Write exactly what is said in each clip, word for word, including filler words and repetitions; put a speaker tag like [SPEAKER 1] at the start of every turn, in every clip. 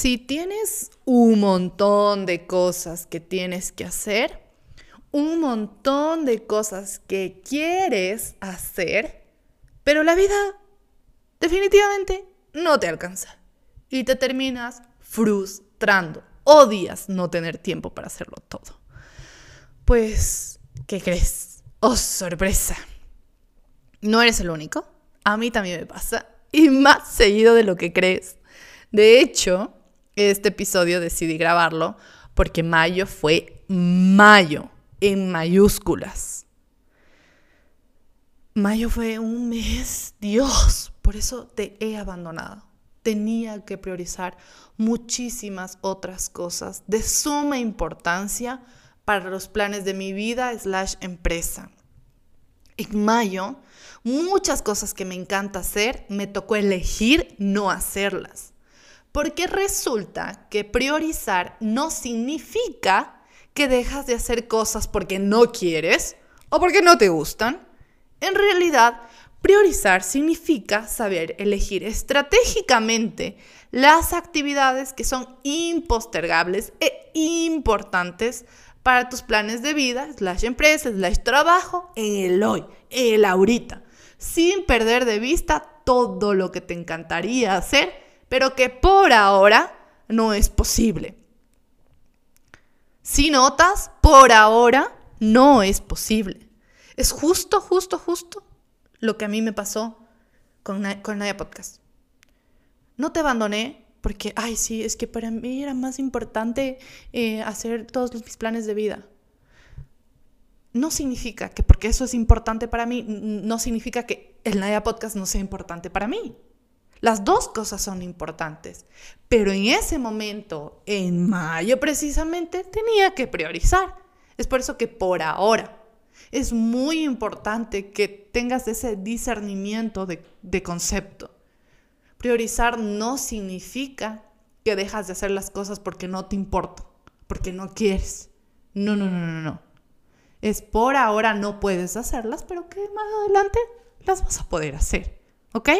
[SPEAKER 1] Si tienes un montón de cosas que tienes que hacer, un montón de cosas que quieres hacer, pero la vida definitivamente no te alcanza y te terminas frustrando, odias no tener tiempo para hacerlo todo. Pues, ¿qué crees? ¡Oh, sorpresa! No eres el único, a mí también me pasa y más seguido de lo que crees. De hecho, este episodio decidí grabarlo porque mayo fue mayo, en mayúsculas. Mayo fue un mes, Dios, por eso te he abandonado. Tenía que priorizar muchísimas otras cosas de suma importancia para los planes de mi vida slash empresa. En mayo, muchas cosas que me encanta hacer, me tocó elegir no hacerlas. Porque resulta que priorizar no significa que dejas de hacer cosas porque no quieres o porque no te gustan. En realidad, priorizar significa saber elegir estratégicamente las actividades que son impostergables e importantes para tus planes de vida, slash empresa, slash trabajo, en el hoy, en el ahorita, sin perder de vista todo lo que te encantaría hacer, pero que por ahora no es posible. Si notas, por ahora no es posible. Es justo, justo, justo lo que a mí me pasó con, con Naya Podcast. No te abandoné porque, ay, sí, es que para mí era más importante eh, hacer todos mis planes de vida. No significa que porque eso es importante para mí, no significa que el Naya Podcast no sea importante para mí. Las dos cosas son importantes, pero en ese momento, en mayo precisamente, tenía que priorizar. Es por eso que por ahora es muy importante que tengas ese discernimiento de, de concepto. Priorizar no significa que dejas de hacer las cosas porque no te importa, porque no quieres. No, no, no, no, no. Es por ahora no puedes hacerlas, pero que más adelante las vas a poder hacer, ¿ok?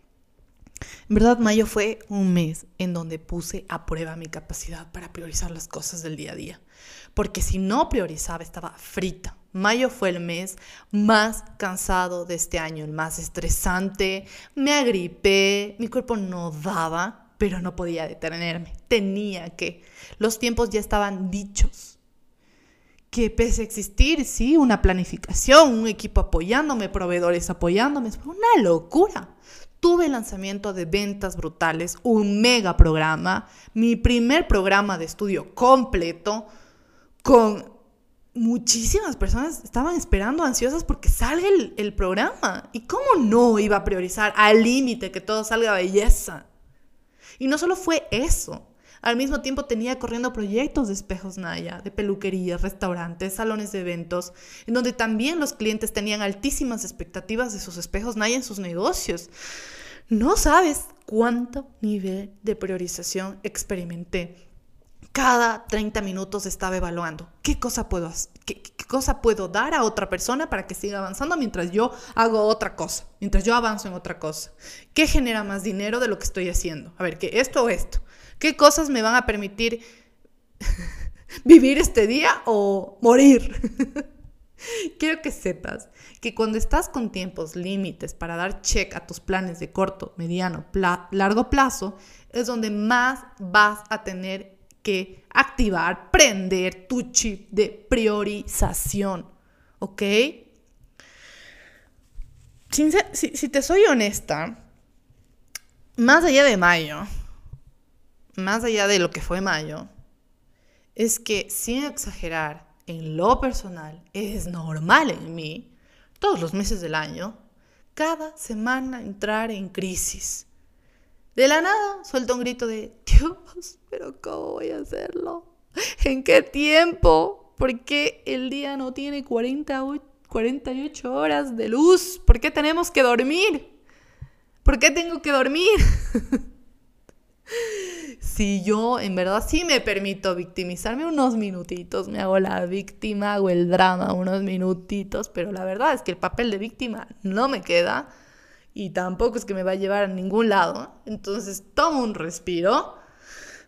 [SPEAKER 1] En verdad, mayo fue un mes en donde puse a prueba mi capacidad para priorizar las cosas del día a día. Porque si no priorizaba, estaba frita. Mayo fue el mes más cansado de este año, el más estresante. Me agripé, mi cuerpo no daba, pero no podía detenerme. Tenía que. Los tiempos ya estaban dichos. Que pese a existir, sí, una planificación, un equipo apoyándome, proveedores apoyándome, fue una locura. Tuve el lanzamiento de Ventas Brutales, un mega programa, mi primer programa de estudio completo, con muchísimas personas estaban esperando ansiosas porque salga el, el programa. ¿Y cómo no iba a priorizar al límite que todo salga belleza? Y no solo fue eso. Al mismo tiempo tenía corriendo proyectos de espejos Naya, de peluquerías, restaurantes, salones de eventos, en donde también los clientes tenían altísimas expectativas de sus espejos Naya en sus negocios. No sabes cuánto nivel de priorización experimenté. Cada treinta minutos estaba evaluando qué cosa puedo, qué, qué cosa puedo dar a otra persona para que siga avanzando mientras yo hago otra cosa, mientras yo avanzo en otra cosa. ¿Qué genera más dinero de lo que estoy haciendo? A ver, ¿qué esto o esto? ¿Qué cosas me van a permitir vivir este día o morir? Quiero que sepas que cuando estás con tiempos límites para dar check a tus planes de corto, mediano, pla- largo plazo, es donde más vas a tener que activar, prender tu chip de priorización, ¿ok? Si, si, si te soy honesta, más allá de mayo, más allá de lo que fue mayo, es que sin exagerar, en lo personal, es normal en mí, todos los meses del año, cada semana entrar en crisis. De la nada, suelto un grito de, Dios, ¿pero cómo voy a hacerlo? ¿En qué tiempo? ¿Por qué el día no tiene cuarenta, cuarenta y ocho horas de luz? ¿Por qué tenemos que dormir? ¿Por qué tengo que dormir? Si yo en verdad sí me permito victimizarme unos minutitos, me hago la víctima, hago el drama unos minutitos, pero la verdad es que el papel de víctima no me queda y tampoco es que me va a llevar a ningún lado. Entonces tomo un respiro,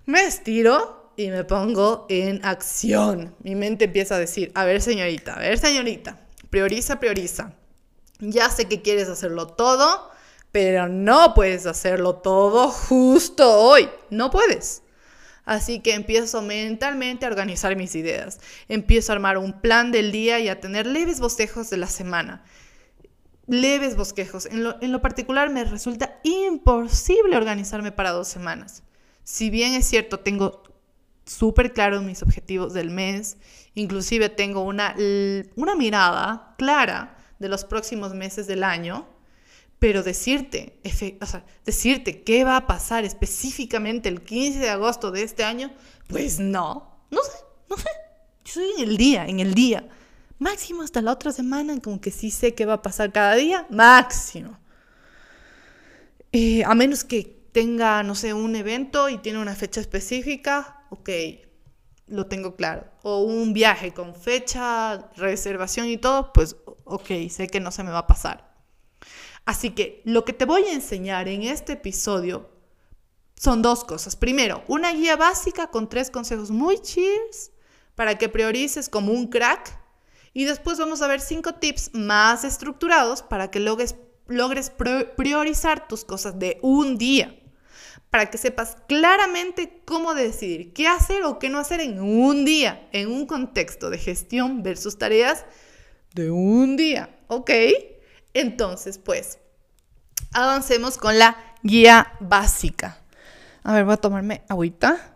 [SPEAKER 1] Me estiro y me pongo en acción. Mi mente empieza a decir, a ver señorita, a ver señorita, prioriza, prioriza. Ya sé que quieres hacerlo todo, pero no puedes hacerlo todo justo hoy. No puedes. Así que empiezo mentalmente a organizar mis ideas. Empiezo a armar un plan del día y a tener leves bosquejos de la semana. Leves bosquejos. En lo, en lo particular me resulta imposible organizarme para dos semanas. Si bien es cierto, tengo súper claros mis objetivos del mes. Inclusive tengo una, una mirada clara de los próximos meses del año. Pero decirte, o sea, decirte qué va a pasar específicamente el quince de agosto de este año, pues no, no sé, no sé. Yo soy en el día, en el día. Máximo hasta la otra semana, como que sí sé qué va a pasar cada día, máximo. Eh, a menos que tenga, no sé, un evento y tiene una fecha específica, ok, lo tengo claro. O un viaje con fecha, reservación y todo, pues ok, sé que no se me va a pasar. Así que lo que te voy a enseñar en este episodio son dos cosas. Primero, una guía básica con tres consejos muy chills para que priorices como un crack. Y después vamos a ver cinco tips más estructurados para que logres, logres priorizar tus cosas de un día. Para que sepas claramente cómo decidir qué hacer o qué no hacer en un día, en un contexto de gestión versus tareas de un día. ¿Ok? Entonces, pues, avancemos con la guía básica. A ver, voy a tomarme agüita.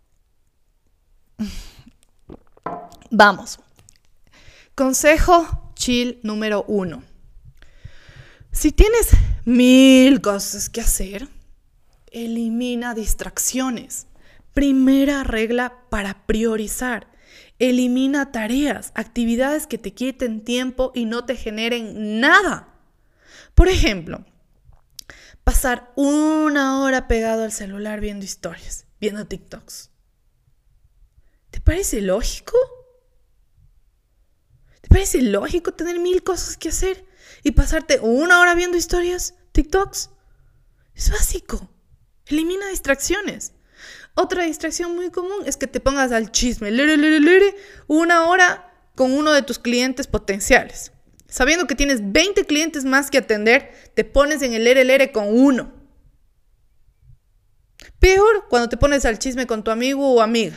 [SPEAKER 1] Vamos. Consejo chill número uno. Si tienes mil cosas que hacer, elimina distracciones. Primera regla para priorizar. Elimina tareas, actividades que te quiten tiempo y no te generen nada. Por ejemplo, pasar una hora pegado al celular viendo historias, viendo TikToks. ¿Te parece lógico? ¿Te parece lógico tener mil cosas que hacer y pasarte una hora viendo historias, TikToks? Es básico. Elimina distracciones. Otra distracción muy común es que te pongas al chisme, lere, lere, lere, una hora con uno de tus clientes potenciales. Sabiendo que tienes veinte clientes más que atender, te pones en el lere, lere con uno. Peor cuando te pones al chisme con tu amigo o amiga.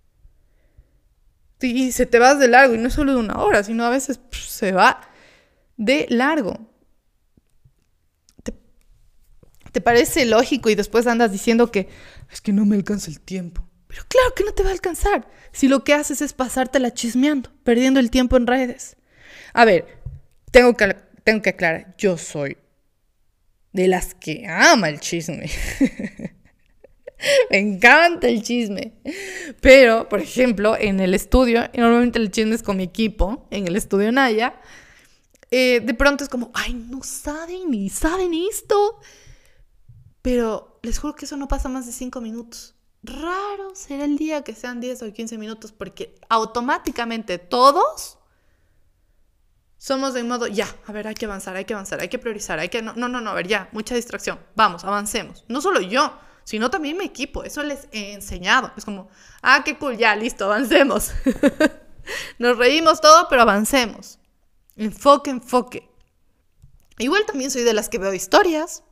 [SPEAKER 1] Y se te vas de largo, y no solo de una hora, sino a veces pff, se va de largo. ¿Te, ¿Te parece lógico? Y después andas diciendo que es que no me alcanza el tiempo. Pero claro que no te va a alcanzar si lo que haces es pasártela chismeando, perdiendo el tiempo en redes. A ver, tengo que, tengo que aclarar, yo soy de las que ama el chisme. Me encanta el chisme. Pero, por ejemplo, en el estudio, y normalmente el chisme es con mi equipo, en el estudio Naya, eh, de pronto es como, ay, no saben ni saben esto. Pero les juro que eso no pasa más de cinco minutos. Raro será el día que sean diez o quince minutos, porque automáticamente todos somos de modo, ya, a ver, hay que avanzar, hay que avanzar, hay que priorizar, hay que, no, no, no, no, a ver, ya, mucha distracción, vamos, avancemos. No solo yo, sino también mi equipo, eso les he enseñado. Es como, ah, qué cool, ya, listo, avancemos. Nos reímos todo, pero avancemos. Enfoque, enfoque. Igual también soy de las que veo historias,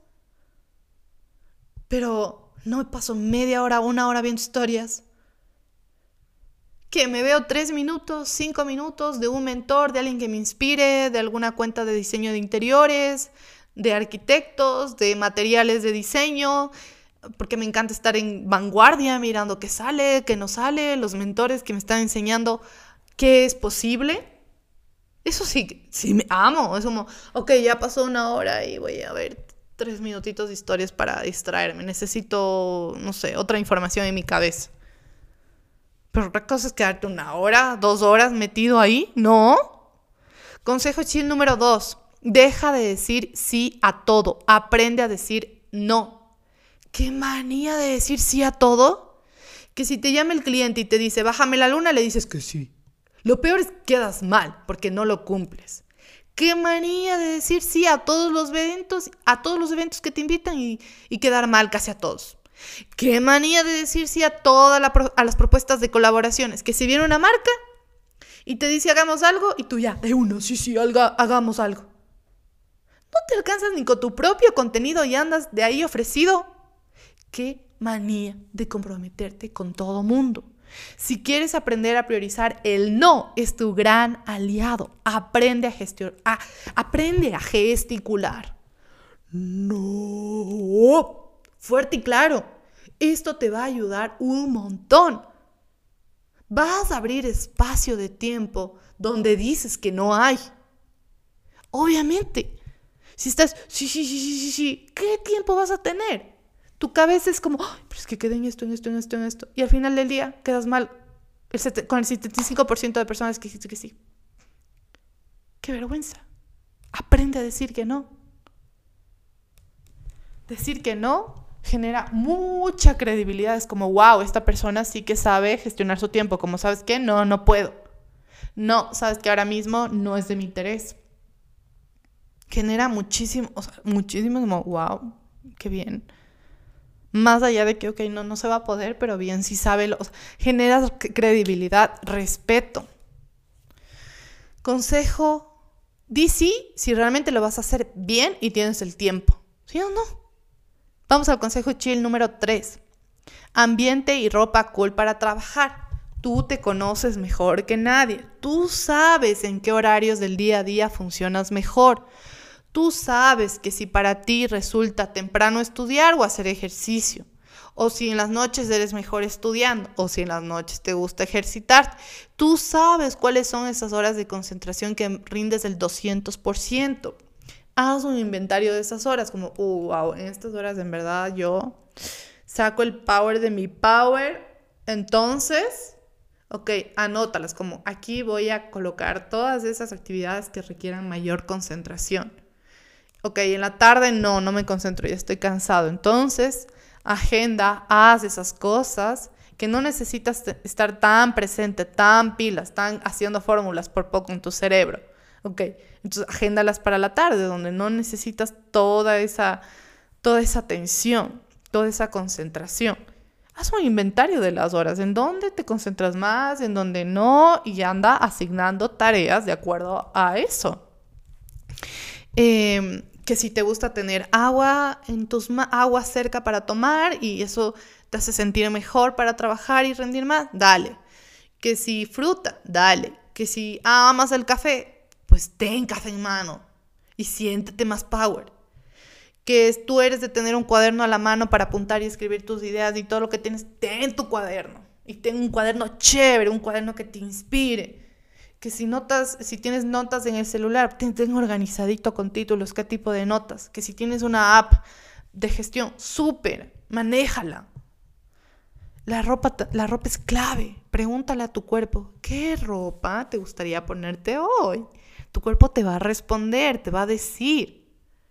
[SPEAKER 1] pero no me paso media hora, una hora viendo historias. Que me veo tres minutos, cinco minutos de un mentor, de alguien que me inspire, de alguna cuenta de diseño de interiores, de arquitectos, de materiales de diseño, porque me encanta estar en vanguardia mirando qué sale, qué no sale, los mentores que me están enseñando qué es posible. Eso sí, sí me amo. Es como, ok, ya pasó una hora y voy a ver tres minutitos de historias para distraerme. Necesito, no sé, otra información en mi cabeza. Pero otra cosa es quedarte una hora, dos horas metido ahí. No. Consejo chill número dos. Deja de decir sí a todo. Aprende a decir no. ¿Qué manía de decir sí a todo? Que si te llama el cliente y te dice, bájame la luna, le dices que sí. Lo peor es que quedas mal porque no lo cumples. ¿Qué manía de decir sí a todos los eventos, a todos los eventos que te invitan y, y quedar mal casi a todos? Qué manía de decir sí a todas la pro- a las propuestas de colaboraciones. Que si viene una marca y te dice hagamos algo y tú ya, de uno, sí, sí, alga, hagamos algo. No te alcanzas ni con tu propio contenido y andas de ahí ofrecido. Qué manía de comprometerte con todo mundo. Si quieres aprender a priorizar, el no es tu gran aliado. Aprende a gestionar, a, aprende a gesticular. No. Fuerte y claro. Esto te va a ayudar un montón. Vas a abrir espacio de tiempo donde dices que no hay. Obviamente. Si estás, sí, sí, sí, sí, sí, sí, ¿qué tiempo vas a tener? Tu cabeza es como, oh, pero es que quedé en esto, en esto, en esto, en esto. Y al final del día quedas mal el set- con el setenta y cinco por ciento de personas que dijiste que sí. ¡Qué vergüenza! Aprende a decir que no. Decir que no genera mucha credibilidad. Es como, wow, esta persona sí que sabe gestionar su tiempo. Como, ¿sabes qué? No, no puedo. No, sabes que ahora mismo no es de mi interés. Genera muchísimo, o sea, muchísimo como, wow, qué bien. Más allá de que, ok, no, no se va a poder, pero bien, sí sabe, lo, o sea, genera credibilidad, respeto. Consejo, di sí si realmente lo vas a hacer bien y tienes el tiempo. ¿Sí o no? Vamos al consejo chill número tres. Ambiente y ropa cool para trabajar. Tú te conoces mejor que nadie. Tú sabes en qué horarios del día a día funcionas mejor. Tú sabes que si para ti resulta temprano estudiar o hacer ejercicio, o si en las noches eres mejor estudiando, o si en las noches te gusta ejercitarte, tú sabes cuáles son esas horas de concentración que rindes el doscientos por ciento. Haz un inventario de esas horas, como, uh, wow, en estas horas en verdad yo saco el power de mi power, entonces, ok, anótalas, como aquí voy a colocar todas esas actividades que requieran mayor concentración. Ok, en la tarde no, no me concentro, ya estoy cansado. Entonces, agenda, haz esas cosas que no necesitas estar tan presente, tan pilas, tan haciendo fórmulas por poco en tu cerebro. Ok, entonces agéndalas para la tarde, donde no necesitas toda esa, toda esa atención, toda esa concentración. Haz un inventario de las horas, en dónde te concentras más, en dónde no, y anda asignando tareas de acuerdo a eso. Eh, que si te gusta tener agua en tus ma- agua cerca para tomar y eso te hace sentir mejor para trabajar y rendir más, dale. Que si fruta, dale. Que si amas el café, pues ten café en mano y siéntete más power. Que tú eres de tener un cuaderno a la mano para apuntar y escribir tus ideas y todo lo que tienes, ten tu cuaderno. Y ten un cuaderno chévere, un cuaderno que te inspire. Que si notas, si tienes notas en el celular, ten, ten organizadito con títulos, qué tipo de notas. Que si tienes una app de gestión, súper, manéjala. La ropa, la ropa es clave. Pregúntale a tu cuerpo, ¿qué ropa te gustaría ponerte hoy? Tu cuerpo te va a responder, te va a decir.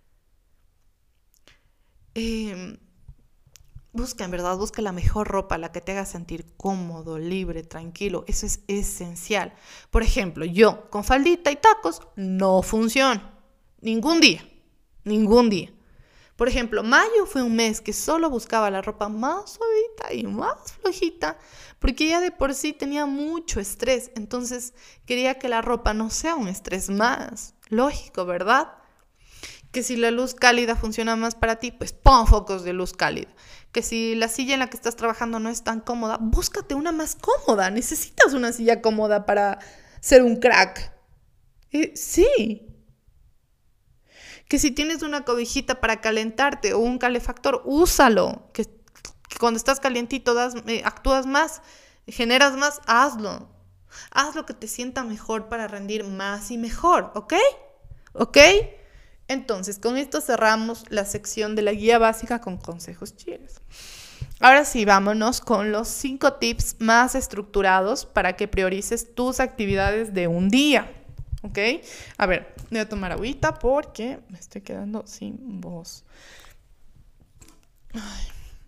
[SPEAKER 1] Eh, busca, en verdad, busca la mejor ropa, la que te haga sentir cómodo, libre, tranquilo. Eso es esencial. Por ejemplo, yo con faldita y tacos no funciono. Ningún día. Ningún día. Por ejemplo, mayo fue un mes que solo buscaba la ropa más suavita y más flojita, porque ya de por sí tenía mucho estrés. Entonces quería que la ropa no sea un estrés más. Lógico, ¿verdad? Que si la luz cálida funciona más para ti, pues pon focos de luz cálida. Que si la silla en la que estás trabajando no es tan cómoda, búscate una más cómoda. Necesitas una silla cómoda para ser un crack. Eh, sí. Que si tienes una cobijita para calentarte o un calefactor, úsalo. Que, que cuando estás calientito das, eh, actúas más, generas más, hazlo. Haz lo que te sienta mejor para rendir más y mejor, ¿ok? ¿Ok? Entonces, con esto cerramos la sección de la guía básica con consejos chiles. Ahora sí, vámonos con los cinco tips más estructurados para que priorices tus actividades de un día. ¿Ok? A ver, voy a tomar agüita porque me estoy quedando sin voz. Ay.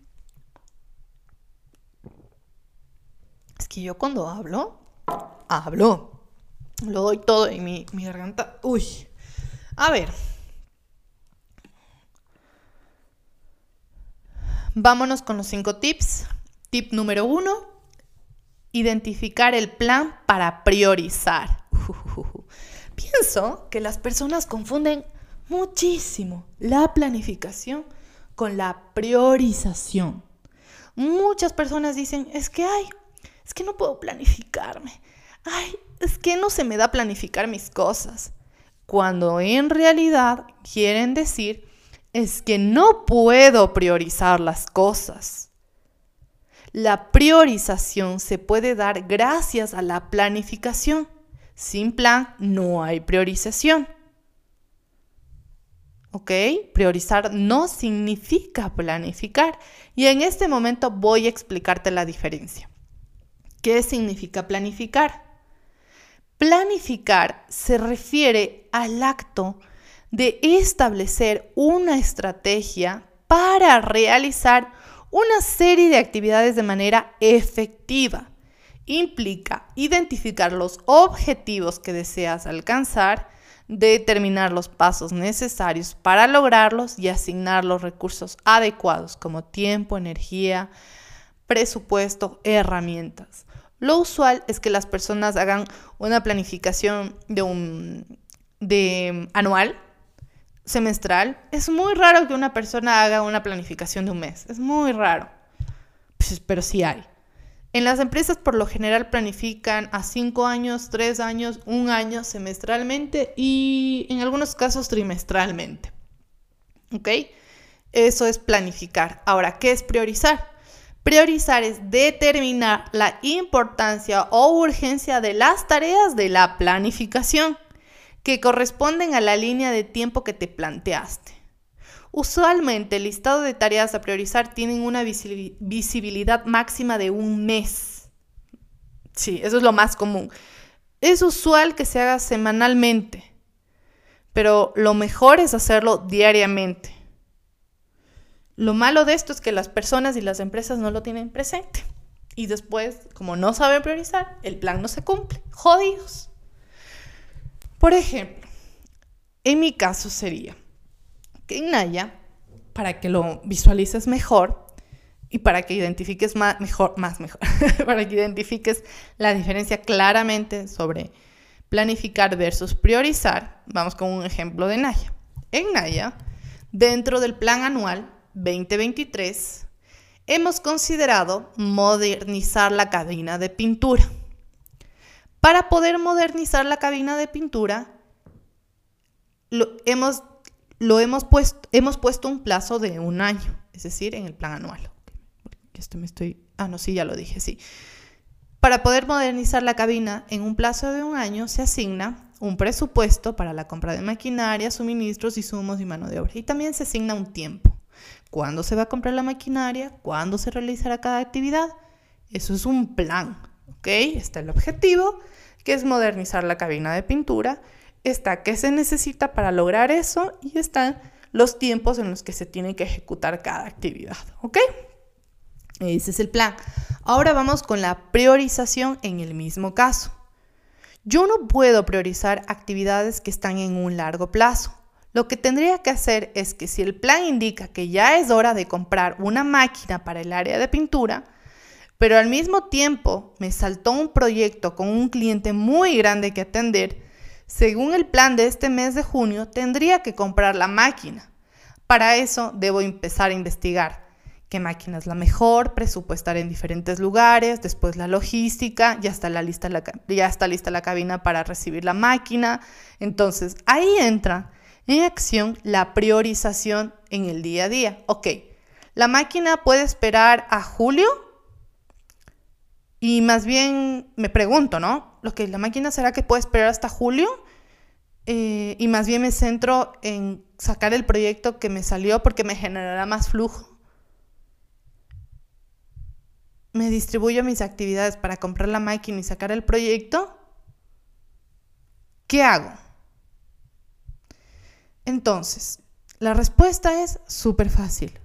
[SPEAKER 1] Es que yo cuando hablo, hablo. Lo doy todo en mi, mi garganta. Uy. A ver. vámonos con los cinco tips. Tip número uno, identificar el plan para priorizar. Uh, pienso que las personas confunden muchísimo la planificación con la priorización. Muchas personas dicen, es que, ay, es que no puedo planificarme. Ay, es que no se me da planificar mis cosas. Cuando en realidad quieren decir, es que no puedo priorizar las cosas. La priorización se puede dar gracias a la planificación. Sin plan no hay priorización. ¿Ok? Priorizar no significa planificar. Y en este momento voy a explicarte la diferencia. ¿Qué significa planificar? Planificar se refiere al acto de establecer una estrategia para realizar una serie de actividades de manera efectiva. Implica identificar los objetivos que deseas alcanzar, determinar los pasos necesarios para lograrlos y asignar los recursos adecuados como tiempo, energía, presupuesto, herramientas. Lo usual es que las personas hagan una planificación de un de anual, semestral. Es muy raro que una persona haga una planificación de un mes. Es muy raro. Pues, pero sí hay. En las empresas por lo general planifican a cinco años, tres años, un año semestralmente y en algunos casos trimestralmente. ¿Ok? Eso es planificar. Ahora, ¿qué es priorizar? Priorizar es determinar la importancia o urgencia de las tareas de la planificación que corresponden a la línea de tiempo que te planteaste. Usualmente el listado de tareas a priorizar tienen una visibilidad máxima de un mes. Sí, eso es lo más común. Es usual que se haga semanalmente, pero lo mejor es hacerlo diariamente. Lo malo de esto es que las personas y las empresas no lo tienen presente. Y después, como no saben priorizar, el plan no se cumple. Jodidos. Por ejemplo, en mi caso sería que en Naya, para que lo visualices mejor y para que identifiques más mejor, más mejor, para que identifiques la diferencia claramente sobre planificar versus priorizar, vamos con un ejemplo de Naya. En Naya, dentro del plan anual veinte veintitrés, hemos considerado modernizar la cabina de pintura. Para poder modernizar la cabina de pintura, lo hemos Lo hemos puesto, hemos puesto un plazo de un año, es decir, en el plan anual. Esto me estoy, ah, no, sí, ya lo dije, sí. Para poder modernizar la cabina en un plazo de un año, se asigna un presupuesto para la compra de maquinaria, suministros, insumos y mano de obra. Y también se asigna un tiempo. ¿Cuándo se va a comprar la maquinaria? ¿Cuándo se realizará cada actividad? Eso es un plan, ¿ok? Está el objetivo, que es modernizar la cabina de pintura. Está qué se necesita para lograr eso y están los tiempos en los que se tiene que ejecutar cada actividad, ¿ok? Ese es el plan. Ahora vamos con la priorización en el mismo caso. Yo no puedo priorizar actividades que están en un largo plazo. Lo que tendría que hacer es que si el plan indica que ya es hora de comprar una máquina para el área de pintura, pero al mismo tiempo me saltó un proyecto con un cliente muy grande que atender, según el plan de este mes de junio, tendría que comprar la máquina. Para eso debo empezar a investigar qué máquina es la mejor, presupuestar en diferentes lugares, después la logística, ya está, la lista la, ya está lista la cabina para recibir la máquina. Entonces, ahí entra en acción la priorización en el día a día. Ok, ¿la máquina puede esperar a julio? Y más bien me pregunto, ¿no? Lo que la máquina será que puede esperar hasta julio eh, y más bien me centro en sacar el proyecto que me salió porque me generará más flujo. Me distribuyo mis actividades para comprar la máquina y sacar el proyecto. ¿Qué hago? Entonces, la respuesta es súper fácil.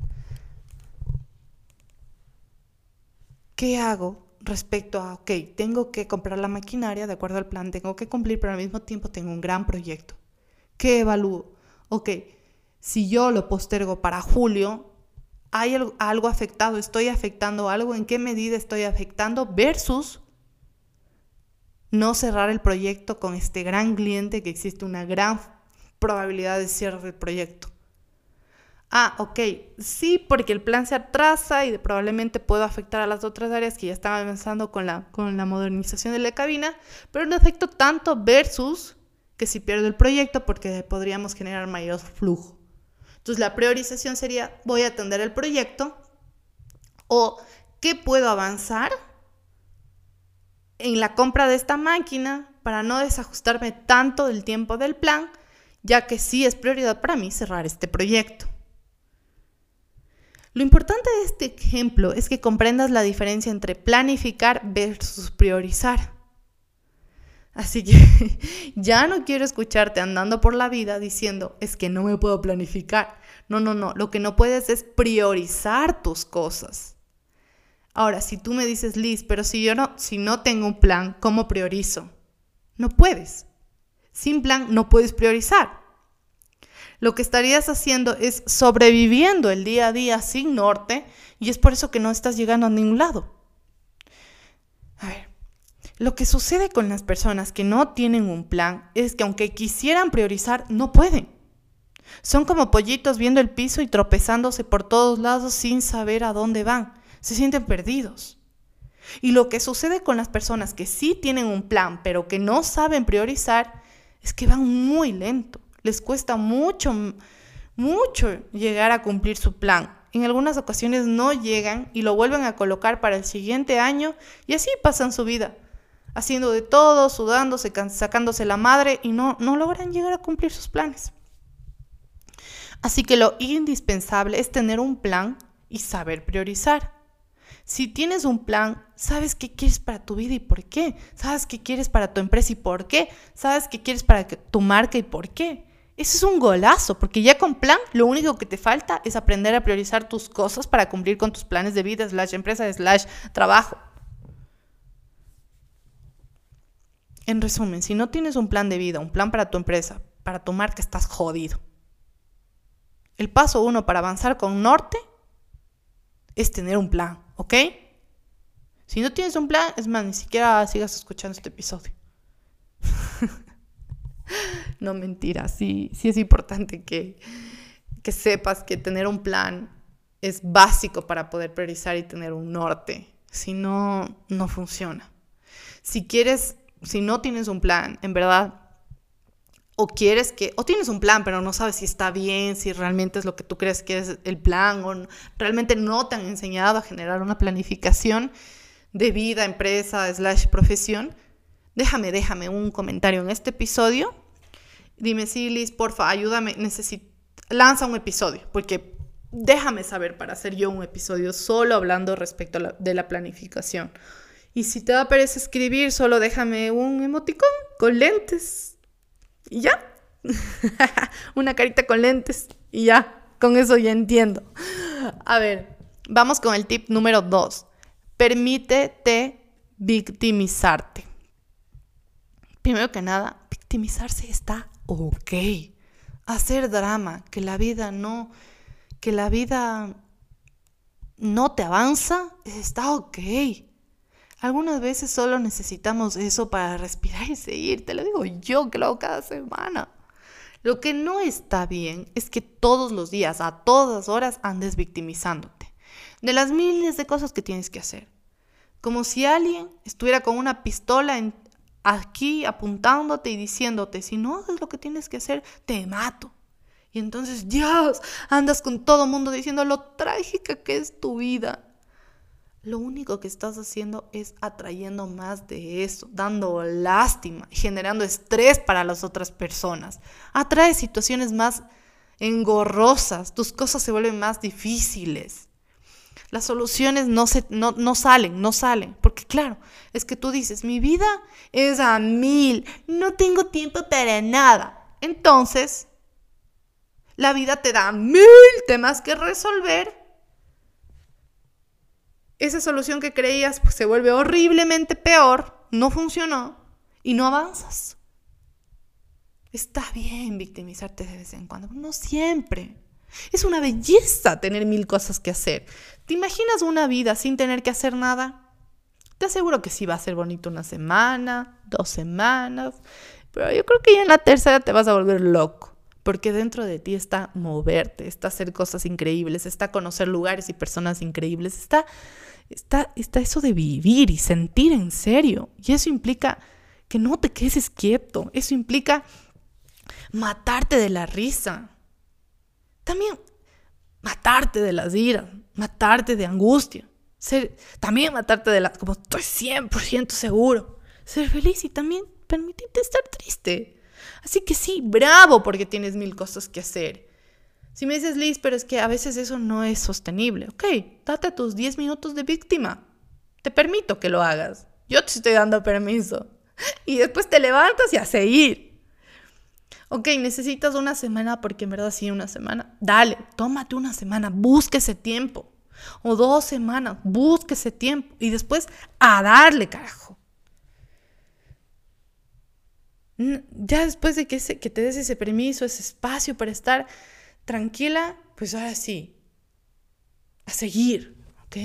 [SPEAKER 1] ¿Qué hago? Respecto a, ok, tengo que comprar la maquinaria de acuerdo al plan, tengo que cumplir, pero al mismo tiempo tengo un gran proyecto. ¿Qué evalúo? Ok, si yo lo postergo para julio, ¿Hay algo afectado? ¿Estoy afectando algo? ¿En qué medida estoy afectando? Versus no cerrar el proyecto con este gran cliente que existe una gran probabilidad de cierre del proyecto. Ah, ok, sí, porque el plan se atrasa y probablemente puedo afectar a las otras áreas que ya están avanzando con la, con la modernización de la cabina, pero no afecto tanto versus que si pierdo el proyecto porque podríamos generar mayor flujo. Entonces la priorización sería, voy a atender el proyecto o qué puedo avanzar en la compra de esta máquina para no desajustarme tanto del tiempo del plan, ya que sí es prioridad para mí cerrar este proyecto. Lo importante de este ejemplo es que comprendas la diferencia entre planificar versus priorizar. Así que ya no quiero escucharte andando por la vida diciendo, es que no me puedo planificar. No, no, no, lo que no puedes es priorizar tus cosas. Ahora, si tú me dices, Liz, pero si yo no, si no tengo un plan, ¿cómo priorizo? No puedes. Sin plan no puedes priorizar. Lo que estarías haciendo es sobreviviendo el día a día sin norte y es por eso que no estás llegando a ningún lado. A ver, lo que sucede con las personas que no tienen un plan es que aunque quisieran priorizar, no pueden. Son como pollitos viendo el piso y tropezándose por todos lados sin saber a dónde van. Se sienten perdidos. Y lo que sucede con las personas que sí tienen un plan, pero que no saben priorizar, es que van muy lento. Les cuesta mucho, mucho llegar a cumplir su plan. En algunas ocasiones no llegan y lo vuelven a colocar para el siguiente año y así pasan su vida, haciendo de todo, sudándose, sacándose la madre y no, no logran llegar a cumplir sus planes. Así que lo indispensable es tener un plan y saber priorizar. Si tienes un plan, sabes qué quieres para tu vida y por qué. Sabes qué quieres para tu empresa y por qué. Sabes qué quieres para tu marca y por qué. Eso es un golazo, porque ya con plan, lo único que te falta es aprender a priorizar tus cosas para cumplir con tus planes de vida, slash empresa, slash trabajo. En resumen, si no tienes un plan de vida, un plan para tu empresa, para tu marca, estás jodido. El paso uno para avanzar con norte es tener un plan, ¿ok? Si no tienes un plan, es más, ni siquiera sigas escuchando este episodio. No, mentira, sí, sí es importante que, que sepas que tener un plan es básico para poder priorizar y tener un norte. Si no, no funciona. Si quieres, si no tienes un plan, en verdad, o quieres que, o tienes un plan, pero no sabes si está bien, si realmente es lo que tú crees que es el plan, o no, realmente no te han enseñado a generar una planificación de vida, empresa, slash profesión, déjame, déjame un comentario en este episodio. Dime, sí, Liz, porfa, ayúdame, necesito, lanza un episodio, porque déjame saber para hacer yo un episodio solo hablando respecto a la, de la planificación. Y si te da pereza escribir, solo déjame un emoticón con lentes. Y ya. Una carita con lentes. Y ya. Con eso ya entiendo. A ver, vamos con el tip número dos. Permítete victimizarte. Primero que nada, victimizarse está ok. Hacer drama, que la vida no, que la vida no te avanza, está ok. Algunas veces solo necesitamos eso para respirar y seguir. Te lo digo yo, que lo hago cada semana. Lo que no está bien es que todos los días, a todas horas, andes victimizándote de las miles de cosas que tienes que hacer. Como si alguien estuviera con una pistola en, aquí apuntándote y diciéndote, si no haces lo que tienes que hacer, te mato. Y entonces, Dios, andas con todo el mundo diciendo lo trágica que es tu vida. Lo único que estás haciendo es atrayendo más de eso, dando lástima, generando estrés para las otras personas. Atraes situaciones más engorrosas, tus cosas se vuelven más difíciles. Las soluciones no, se, no, no salen, no salen. Porque claro, es que tú dices, mi vida es a mil, no tengo tiempo para nada. Entonces, la vida te da mil temas que resolver. Esa solución que creías pues, se vuelve horriblemente peor, no funcionó y no avanzas. Está bien victimizarte de vez en cuando, no siempre. Es una belleza tener mil cosas que hacer. ¿Te imaginas una vida sin tener que hacer nada? Te aseguro que sí va a ser bonito una semana, dos semanas, pero yo creo que ya en la tercera te vas a volver loco, porque dentro de ti está moverte, está hacer cosas increíbles, está conocer lugares y personas increíbles, está, está, está eso de vivir y sentir en serio. Y eso implica que no te quedes quieto, eso implica matarte de la risa. También matarte de las iras, matarte de angustia, ser, también matarte de la, como estoy cien por ciento seguro, ser feliz y también permitirte estar triste. Así que sí, bravo porque tienes mil cosas que hacer. Si me dices, Liz, pero es que a veces eso no es sostenible. Ok, date tus diez minutos de víctima. Te permito que lo hagas. Yo te estoy dando permiso. Y después te levantas y a seguir. Ok, necesitas una semana porque en verdad sí, una semana. Dale, tómate una semana, busca ese tiempo. O dos semanas, busca ese tiempo. Y después a darle, carajo. Ya después de que, ese, que te des ese permiso, ese espacio para estar tranquila, pues ahora sí, a seguir, ¿ok?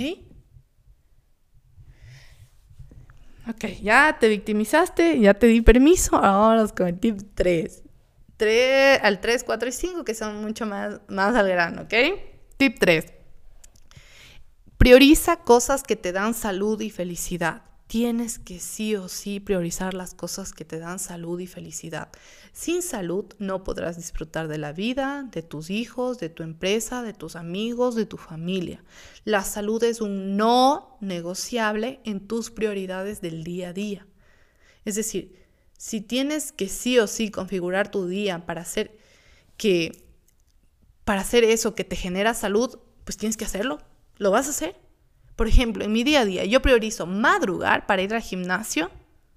[SPEAKER 1] Ok, ya te victimizaste, ya te di permiso, ahora vamos con el tip tres. tres al tres, cuatro y cinco, que son mucho más, más al grano, ¿ok? Tip tres. Prioriza cosas que te dan salud y felicidad. Tienes que sí o sí priorizar las cosas que te dan salud y felicidad. Sin salud no podrás disfrutar de la vida, de tus hijos, de tu empresa, de tus amigos, de tu familia. La salud es un no negociable en tus prioridades del día a día. Es decir, si tienes que sí o sí configurar tu día para hacer, que, para hacer eso que te genera salud, pues tienes que hacerlo. ¿Lo vas a hacer? Por ejemplo, en mi día a día yo priorizo madrugar para ir al gimnasio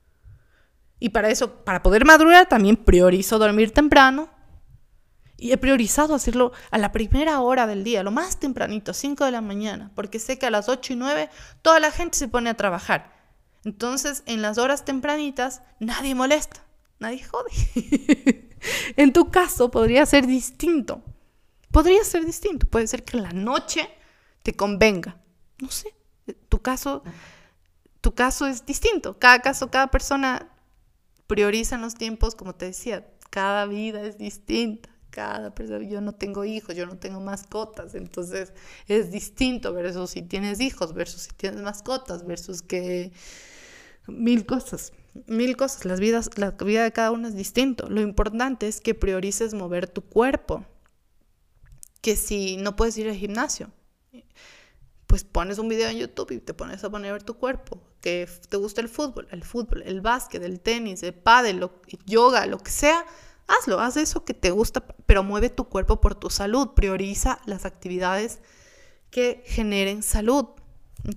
[SPEAKER 1] y para eso, para poder madrugar, también priorizo dormir temprano y he priorizado hacerlo a la primera hora del día, lo más tempranito, cinco de la mañana, porque sé que a las ocho y nueve toda la gente se pone a trabajar. Entonces, en las horas tempranitas nadie molesta, nadie jode. En tu caso podría ser distinto, podría ser distinto, puede ser que en la noche te convenga. No sé, tu caso, tu caso es distinto. Cada caso, cada persona prioriza en los tiempos, como te decía, cada vida es distinta. Cada persona, yo no tengo hijos, yo no tengo mascotas, entonces es distinto versus si tienes hijos, versus si tienes mascotas, versus que mil cosas, mil cosas. Las vidas, la vida de cada uno es distinto. Lo importante es que priorices mover tu cuerpo. Que si no puedes ir al gimnasio, pues pones un video en YouTube y te pones a poner a ver tu cuerpo. Que te gusta el fútbol, el fútbol, el básquet, el tenis, el pádel, el yoga, lo que sea, hazlo, haz eso que te gusta, pero mueve tu cuerpo por tu salud. Prioriza las actividades que generen salud, ¿ok?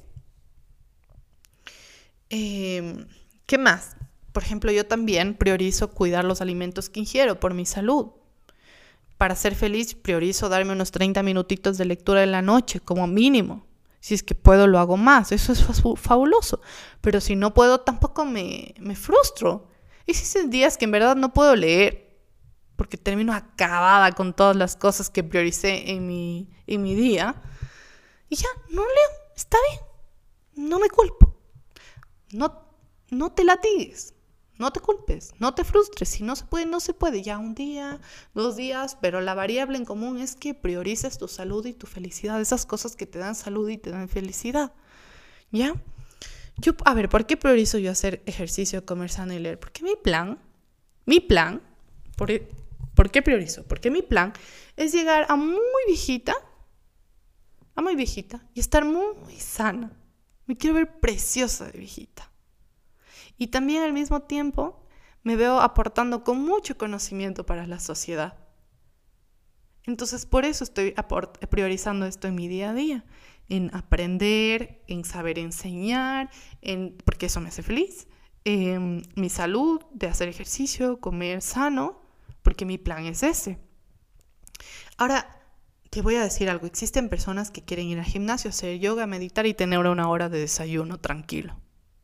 [SPEAKER 1] Eh, ¿Qué más? Por ejemplo, yo también priorizo cuidar los alimentos que ingiero por mi salud. Para ser feliz, priorizo darme unos treinta minutitos de lectura en la noche, como mínimo. Si es que puedo, lo hago más. Eso es fabuloso. Pero si no puedo, tampoco me, me frustro. Existen días que en verdad no puedo leer, porque termino acabada con todas las cosas que prioricé en mi, en mi día. Y ya, no leo. Está bien. No me culpo. No, no te latigues. No te culpes, no te frustres. Si no se puede, no se puede. Ya un día, dos días, pero la variable en común es que priorices tu salud y tu felicidad. Esas cosas que te dan salud y te dan felicidad. ¿Ya? Yo, a ver, ¿por qué priorizo yo hacer ejercicio, comer sano y leer? Porque mi plan, mi plan, ¿por, ¿por qué priorizo? Porque mi plan es llegar a muy viejita, a muy viejita y estar muy sana. Me quiero ver preciosa de viejita. Y también al mismo tiempo me veo aportando con mucho conocimiento para la sociedad. Entonces por eso estoy aport- priorizando esto en mi día a día, en aprender, en saber enseñar, en, porque eso me hace feliz, en mi salud, de hacer ejercicio, comer sano, porque mi plan es ese. Ahora, te voy a decir algo, existen personas que quieren ir al gimnasio, hacer yoga, meditar y tener una hora de desayuno tranquilo.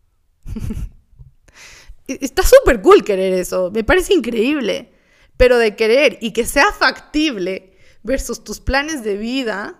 [SPEAKER 1] Está súper cool querer eso, me parece increíble, pero de querer y que sea factible, versus tus planes de vida,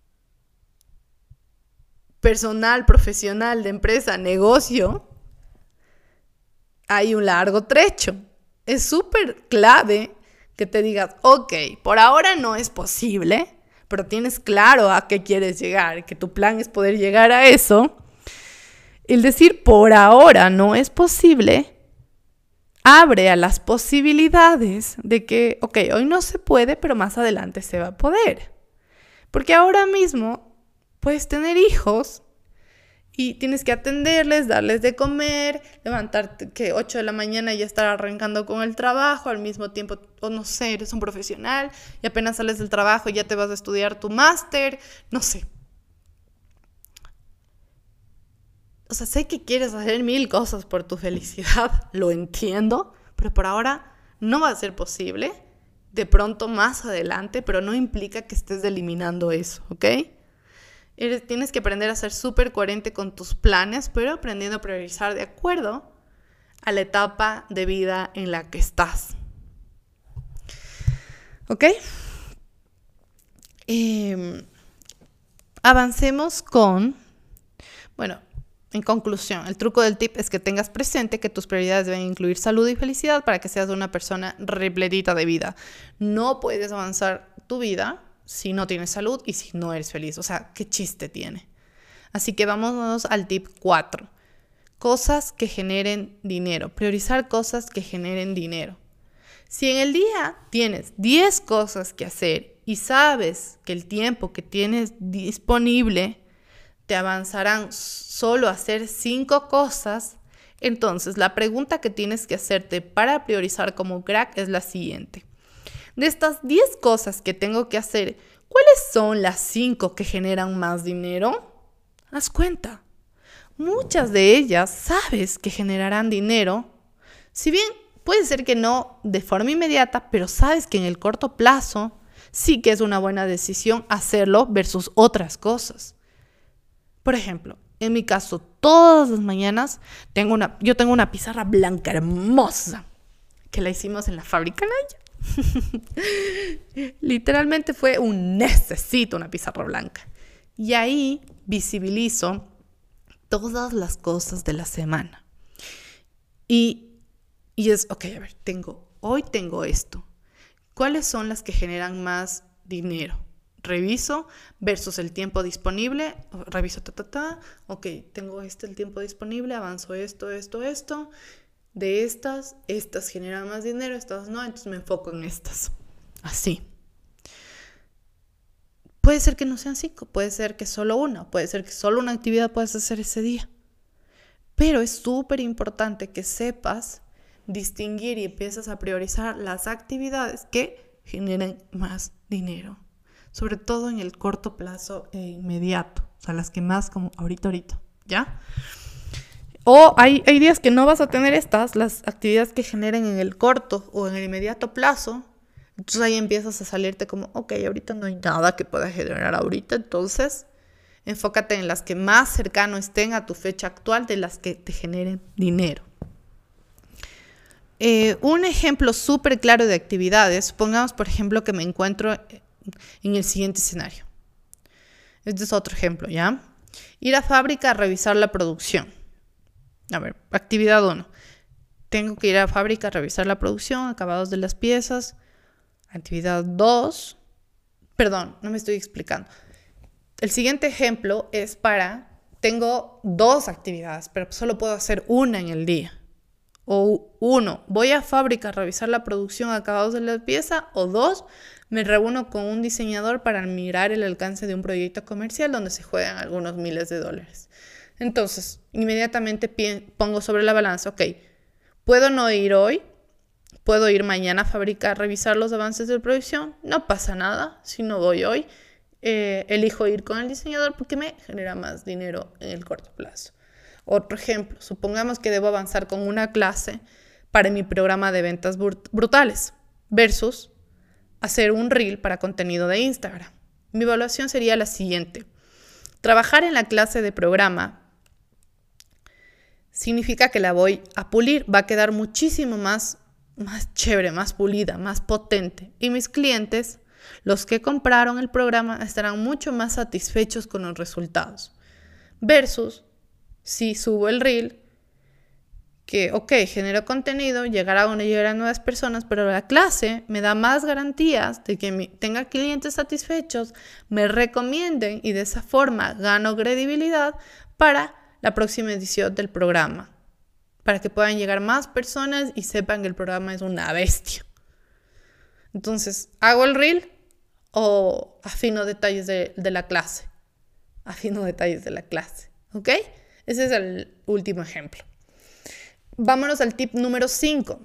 [SPEAKER 1] personal, profesional, de empresa, negocio, hay un largo trecho. Es súper clave que te digas, ok, por ahora no es posible, pero tienes claro a qué quieres llegar, que tu plan es poder llegar a eso. El decir por ahora no es posible abre a las posibilidades de que, ok, hoy no se puede, pero más adelante se va a poder. Porque ahora mismo puedes tener hijos y tienes que atenderles, darles de comer, levantarte que ocho de la mañana y ya estar arrancando con el trabajo, al mismo tiempo, o no sé, eres un profesional y apenas sales del trabajo y ya te vas a estudiar tu máster, no sé. O sea, sé que quieres hacer mil cosas por tu felicidad, lo entiendo, pero por ahora no va a ser posible. De pronto más adelante, pero no implica que estés eliminando eso, ¿ok? Eres, tienes que aprender a ser súper coherente con tus planes, pero aprendiendo a priorizar de acuerdo a la etapa de vida en la que estás. ¿Ok? Eh, avancemos con... Bueno, en conclusión, el truco del tip es que tengas presente que tus prioridades deben incluir salud y felicidad para que seas una persona repletita de vida. No puedes avanzar tu vida si no tienes salud y si no eres feliz. O sea, ¿qué chiste tiene? Así que vámonos al tip cuatro. Cosas que generen dinero. Priorizar cosas que generen dinero. Si en el día tienes diez cosas que hacer y sabes que el tiempo que tienes disponible te avanzarán solo a hacer cinco cosas, entonces la pregunta que tienes que hacerte para priorizar como crack es la siguiente. De estas diez cosas que tengo que hacer, ¿cuáles son las cinco que generan más dinero? Haz cuenta. Muchas de ellas sabes que generarán dinero. Si bien puede ser que no de forma inmediata, pero sabes que en el corto plazo sí que es una buena decisión hacerlo versus otras cosas. Por ejemplo, en mi caso, todas las mañanas tengo una, yo tengo una pizarra blanca hermosa que la hicimos en la fábrica Naya. Literalmente fue un necesito una pizarra blanca. Y ahí visibilizo todas las cosas de la semana. Y, y es, ok, a ver, tengo, hoy tengo esto. ¿Cuáles son las que generan más dinero? Reviso versus el tiempo disponible. Reviso, ta, ta, ta. Ok, tengo este el tiempo disponible, avanzo esto, esto, esto. De estas, estas generan más dinero, estas no, entonces me enfoco en estas. Así. Puede ser que no sean cinco, puede ser que solo una, puede ser que solo una actividad puedas hacer ese día. Pero es súper importante que sepas distinguir y empiezas a priorizar las actividades que generen más dinero. Sobre todo en el corto plazo e inmediato. O sea, las que más como ahorita, ahorita, ¿ya? O hay, hay días que no vas a tener estas, las actividades que generen en el corto o en el inmediato plazo. Entonces ahí empiezas a salirte como, ok, ahorita no hay nada que pueda generar ahorita. Entonces, enfócate en las que más cercano estén a tu fecha actual de las que te generen dinero. Eh, un ejemplo súper claro de actividades, supongamos, por ejemplo, que me encuentro en el siguiente escenario. Este es otro ejemplo, ¿ya? Ir a fábrica a revisar la producción. A ver, actividad uno. Tengo que ir a fábrica a revisar la producción, acabados de las piezas. Actividad dos. Perdón, no me estoy explicando. El siguiente ejemplo es para... Tengo dos actividades, pero solo puedo hacer una en el día. O uno, voy a fábrica a revisar la producción, acabados de la pieza. O dos, me reúno con un diseñador para mirar el alcance de un proyecto comercial donde se juegan algunos miles de dólares. Entonces, inmediatamente pongo sobre la balanza, ok, puedo no ir hoy, puedo ir mañana a fábrica a revisar los avances de producción, no pasa nada si no voy hoy, eh, elijo ir con el diseñador porque me genera más dinero en el corto plazo. Otro ejemplo, supongamos que debo avanzar con una clase para mi programa de ventas brutales versus hacer un reel para contenido de Instagram. Mi evaluación sería la siguiente. Trabajar en la clase de programa significa que la voy a pulir, va a quedar muchísimo más, más chévere, más pulida, más potente. Y mis clientes Los que compraron el programa estarán mucho más satisfechos con los resultados. Versus si subo el reel, que ok, genero contenido, llegará o no llegará a nuevas personas, pero la clase me da más garantías de que mi, tenga clientes satisfechos, me recomienden y de esa forma gano credibilidad para la próxima edición del programa, para que puedan llegar más personas y sepan que el programa es una bestia. Entonces, ¿hago el reel o afino detalles de, de la clase? Afino detalles de la clase, ¿ok? Ese es el último ejemplo. Vámonos al tip número cinco.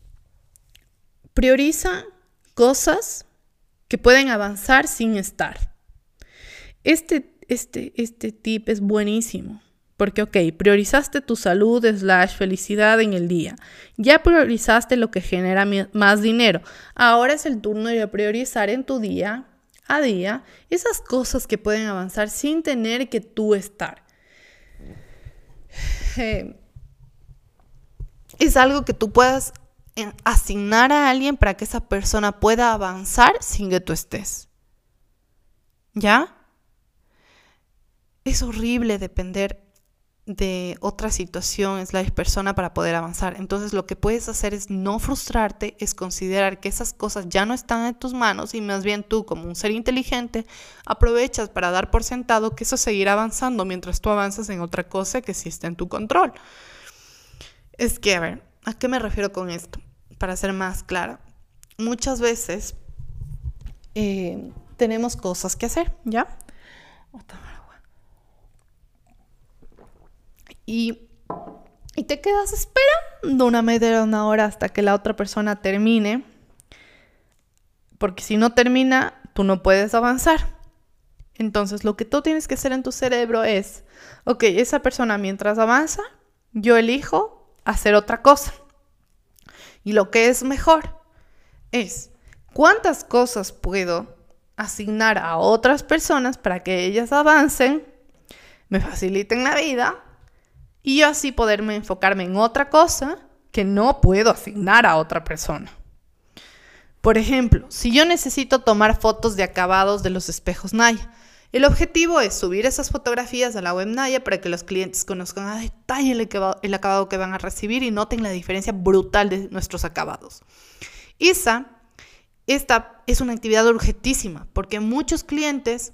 [SPEAKER 1] Prioriza cosas que pueden avanzar sin estar. Este, este, este tip es buenísimo. Porque, ok, priorizaste tu salud slash felicidad en el día. Ya priorizaste lo que genera más dinero. Ahora es el turno de priorizar en tu día a día esas cosas que pueden avanzar sin tener que tú estar. Eh, es algo que tú puedas asignar a alguien para que esa persona pueda avanzar sin que tú estés. ¿Ya? Es horrible depender de otra situación, slash persona para poder avanzar. Entonces lo que puedes hacer es no frustrarte, es considerar que esas cosas ya no están en tus manos y más bien tú, como un ser inteligente, aprovechas para dar por sentado que eso seguirá avanzando mientras tú avanzas en otra cosa que sí está en tu control. Es que, a ver, ¿a qué me refiero con esto? Para ser más clara, muchas veces eh, tenemos cosas que hacer, ¿ya? Y, y te quedas esperando una media una hora hasta que la otra persona termine, porque si no termina, tú no puedes avanzar. Entonces, lo que tú tienes que hacer en tu cerebro es, ok, esa persona mientras avanza, yo elijo hacer otra cosa. Y lo que es mejor es cuántas cosas puedo asignar a otras personas para que ellas avancen, me faciliten la vida y yo así poderme enfocarme en otra cosa que no puedo asignar a otra persona. Por ejemplo, si yo necesito tomar fotos de acabados de los espejos Naya, el objetivo es subir esas fotografías a la web Naya para que los clientes conozcan a detalle el acabado, el acabado que van a recibir y noten la diferencia brutal de nuestros acabados. Esa, esta es una actividad urgentísima porque muchos clientes,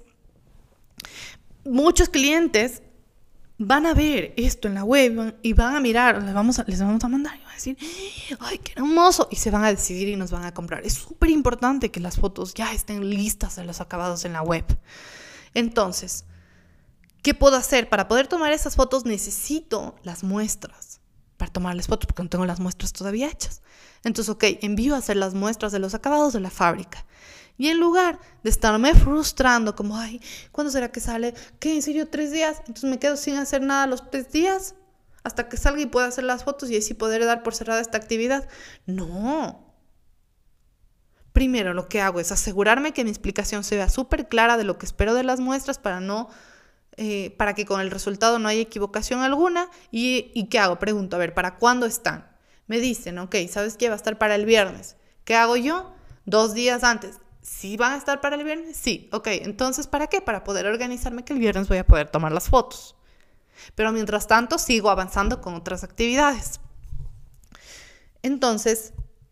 [SPEAKER 1] muchos clientes van a ver esto en la web y van a mirar, les vamos a, les vamos a mandar y van a decir, ¡ay, qué hermoso! Y se van a decidir y nos van a comprar. Es súper importante que las fotos ya estén listas de los acabados en la web. Entonces, ¿qué puedo hacer? Para poder tomar esas fotos necesito las muestras para tomarles fotos porque no tengo las muestras todavía hechas. Entonces, ok, envío a hacer las muestras de los acabados de la fábrica. Y en lugar de estarme frustrando como, ay, ¿cuándo será que sale? ¿Qué? ¿En serio tres días? Entonces me quedo sin hacer nada los tres días hasta que salga y pueda hacer las fotos y así poder dar por cerrada esta actividad. No. Primero lo que hago es asegurarme que mi explicación sea súper clara de lo que espero de las muestras para no, eh, para que con el resultado no haya equivocación alguna. ¿Y, ¿Y qué hago? Pregunto, a ver, ¿para cuándo están? Me dicen, ok, ¿sabes qué? Va a estar para el viernes. ¿Qué hago yo? Dos días antes. ¿Sí van a estar para el viernes? Sí, ok. Entonces, ¿para qué? Para poder organizarme que el viernes voy a poder tomar las fotos. Pero mientras tanto, sigo avanzando con otras actividades. Entonces,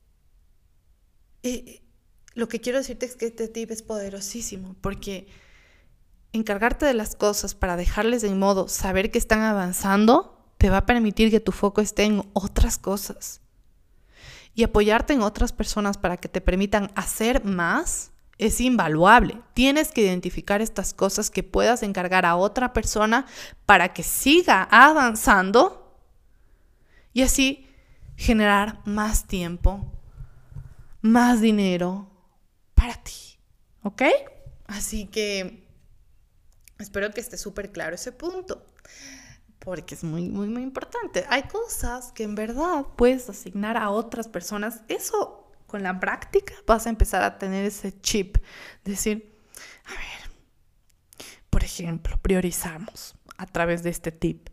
[SPEAKER 1] eh, lo que quiero decirte es que este tip es poderosísimo porque encargarte de las cosas para dejarles de modo saber que están avanzando te va a permitir que tu foco esté en otras cosas. Y apoyarte en otras personas para que te permitan hacer más es invaluable. Tienes que identificar estas cosas que puedas encargar a otra persona para que siga avanzando y así generar más tiempo, más dinero para ti. ¿Ok? Así que espero que esté súper claro ese punto. Porque es muy, muy, muy importante. Hay cosas que en verdad puedes asignar a otras personas. Eso, con la práctica, vas a empezar a tener ese chip. Decir, a ver, por ejemplo, priorizamos a través de este tip.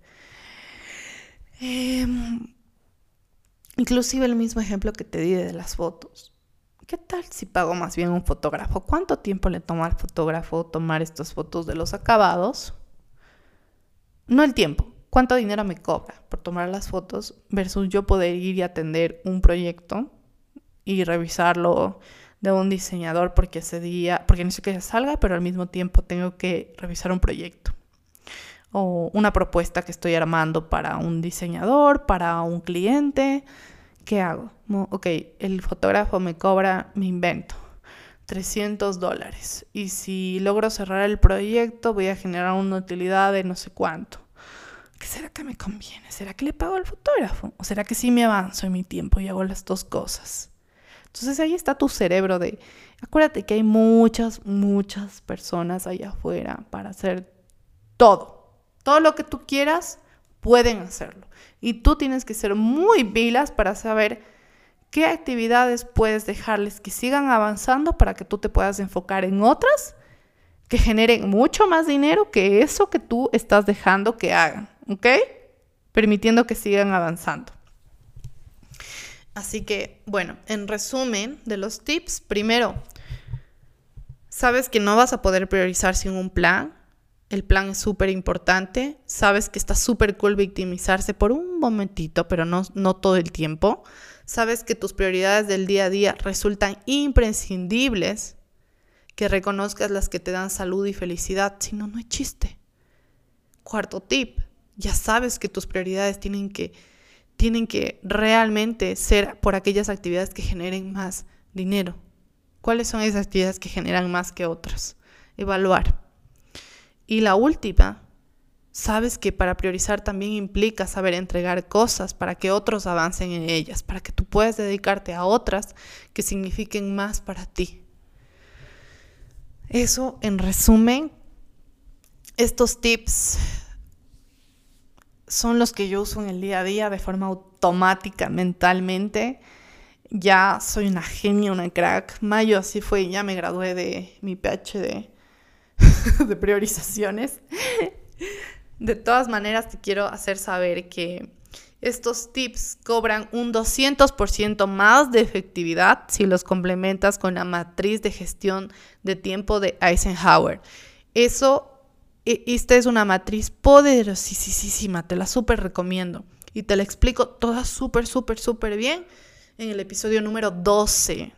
[SPEAKER 1] Eh, inclusive el mismo ejemplo que te di de las fotos. ¿qué tal si pago más bien un fotógrafo? ¿Cuánto tiempo le toma al fotógrafo tomar estas fotos de los acabados? No el tiempo, ¿cuánto dinero me cobra por tomar las fotos versus yo poder ir y atender un proyecto y revisarlo de un diseñador porque ese día, porque necesito que salga, pero al mismo tiempo tengo que revisar un proyecto o una propuesta que estoy armando para un diseñador, para un cliente? ¿Qué hago? No, ok, el fotógrafo me cobra, me invento, trescientos dólares. Y si logro cerrar el proyecto, voy a generar una utilidad de no sé cuánto. ¿Qué será que me conviene? ¿Será que le pago al fotógrafo? ¿O será que sí me avanzo en mi tiempo y hago las dos cosas? Entonces ahí está tu cerebro de... Acuérdate que hay muchas, muchas personas allá afuera para hacer todo. Todo lo que tú quieras, pueden hacerlo. Y tú tienes que ser muy pilas para saber qué actividades puedes dejarles que sigan avanzando para que tú te puedas enfocar en otras que generen mucho más dinero que eso que tú estás dejando que hagan, ¿ok? Permitiendo que sigan avanzando. Así que, bueno, en resumen de los tips, primero, sabes que no vas a poder priorizar sin un plan. El plan es súper importante. Sabes que está súper cool victimizarse por un momentito, pero no, no todo el tiempo. Sabes que tus prioridades del día a día resultan imprescindibles. Que reconozcas las que te dan salud y felicidad. Si no, no hay chiste. Cuarto tip. Ya sabes que tus prioridades tienen que, tienen que realmente ser por aquellas actividades que generen más dinero. ¿Cuáles son esas actividades que generan más que otras? Evaluar. Y la última, sabes que para priorizar también implica saber entregar cosas para que otros avancen en ellas, para que tú puedas dedicarte a otras que signifiquen más para ti. Eso, en resumen, estos tips son los que yo uso en el día a día de forma automática, mentalmente. Ya soy una genia, una crack. Mayo así fue, ya me gradué de mi P H D de priorizaciones. De todas maneras, te quiero hacer saber que estos tips cobran un doscientos por ciento más de efectividad si los complementas con la matriz de gestión de tiempo de Eisenhower. Eso, esta es una matriz poderosísima, te la súper recomiendo. Y te la explico toda súper, súper, súper bien en el episodio número doce.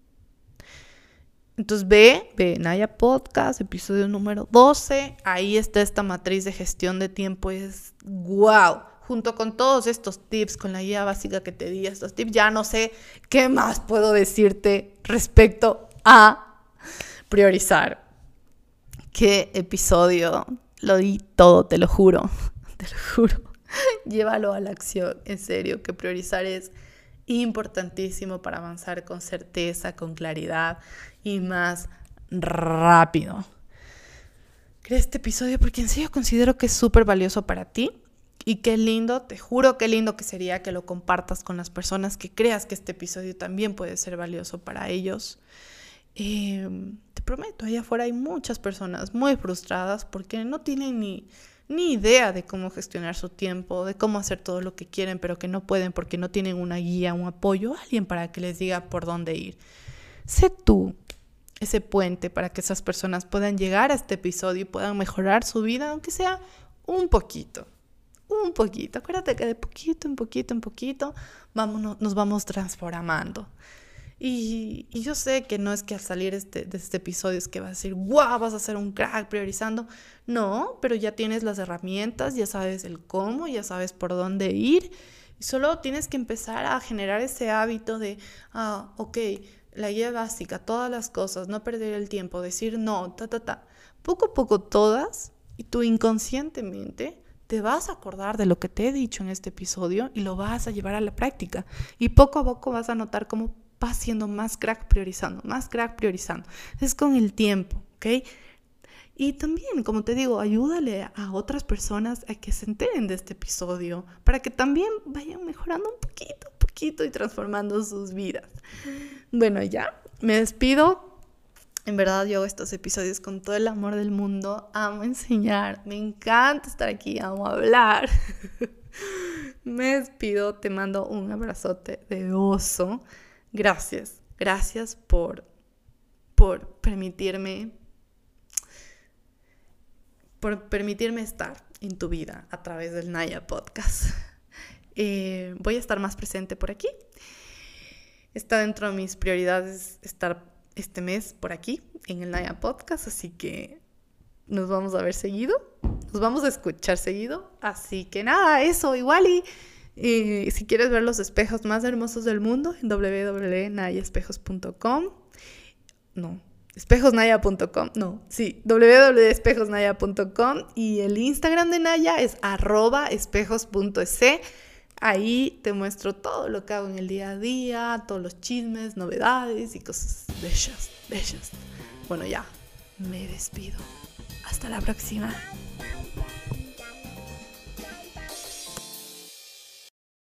[SPEAKER 1] Entonces ve, ve Naya Podcast, episodio número doce. Ahí está esta matriz de gestión de tiempo. Es wow. Junto con todos estos tips, con la guía básica que te di, estos tips, ya no sé qué más puedo decirte respecto a priorizar. Qué episodio. Lo di todo, te lo juro. Te lo juro. Llévalo a la acción, en serio, que priorizar es importantísimo para avanzar con certeza, con claridad y más rápido. Creé este episodio porque en serio considero que es súper valioso para ti y qué lindo, te juro qué lindo que sería que lo compartas con las personas que creas que este episodio también puede ser valioso para ellos. Eh, te prometo, allá afuera hay muchas personas muy frustradas porque no tienen ni ni idea de cómo gestionar su tiempo, de cómo hacer todo lo que quieren, pero que no pueden porque no tienen una guía, un apoyo, alguien para que les diga por dónde ir. Sé tú ese puente para que esas personas puedan llegar a este episodio y puedan mejorar su vida, aunque sea un poquito, un poquito. Acuérdate que de poquito en poquito en poquito vamos, nos vamos transformando. Y, y yo sé que no es que al salir este, de este episodio es que vas a decir, wow, vas a ser un crack priorizando. No, pero ya tienes las herramientas, ya sabes el cómo, ya sabes por dónde ir. Y solo tienes que empezar a generar ese hábito de, ah, ok, la guía básica, todas las cosas, no perder el tiempo, decir no, ta, ta, ta. Poco a poco todas, y tú inconscientemente te vas a acordar de lo que te he dicho en este episodio y lo vas a llevar a la práctica. Y poco a poco vas a notar cómo vas siendo más crack priorizando, más crack priorizando. Es con el tiempo, ¿ok? Y también, como te digo, ayúdale a otras personas a que se enteren de este episodio para que también vayan mejorando un poquito, un poquito y transformando sus vidas. Bueno, ya, me despido. En verdad, yo hago estos episodios con todo el amor del mundo. Amo enseñar, me encanta estar aquí, amo hablar. Me despido, te mando un abrazote de oso. Gracias, Gracias por, por permitirme, por permitirme estar en tu vida a través del Naya Podcast. Eh, voy a estar más presente por aquí. Está dentro de mis prioridades estar este mes por aquí en el Naya Podcast, así que nos vamos a ver seguido, nos vamos a escuchar seguido. Así que nada, eso igual y eh, si quieres ver los espejos más hermosos del mundo en doble u doble u doble u punto naya espejos punto com. No, espejosnaya punto com, no, sí, doble u doble u doble u punto espejosnaya punto com, y el Instagram de Naya es arroba espejos punto es. Ahí te muestro todo lo que hago en el día a día, todos los chismes, novedades y cosas bellas, bellas. Bueno, ya, me despido. Hasta la próxima.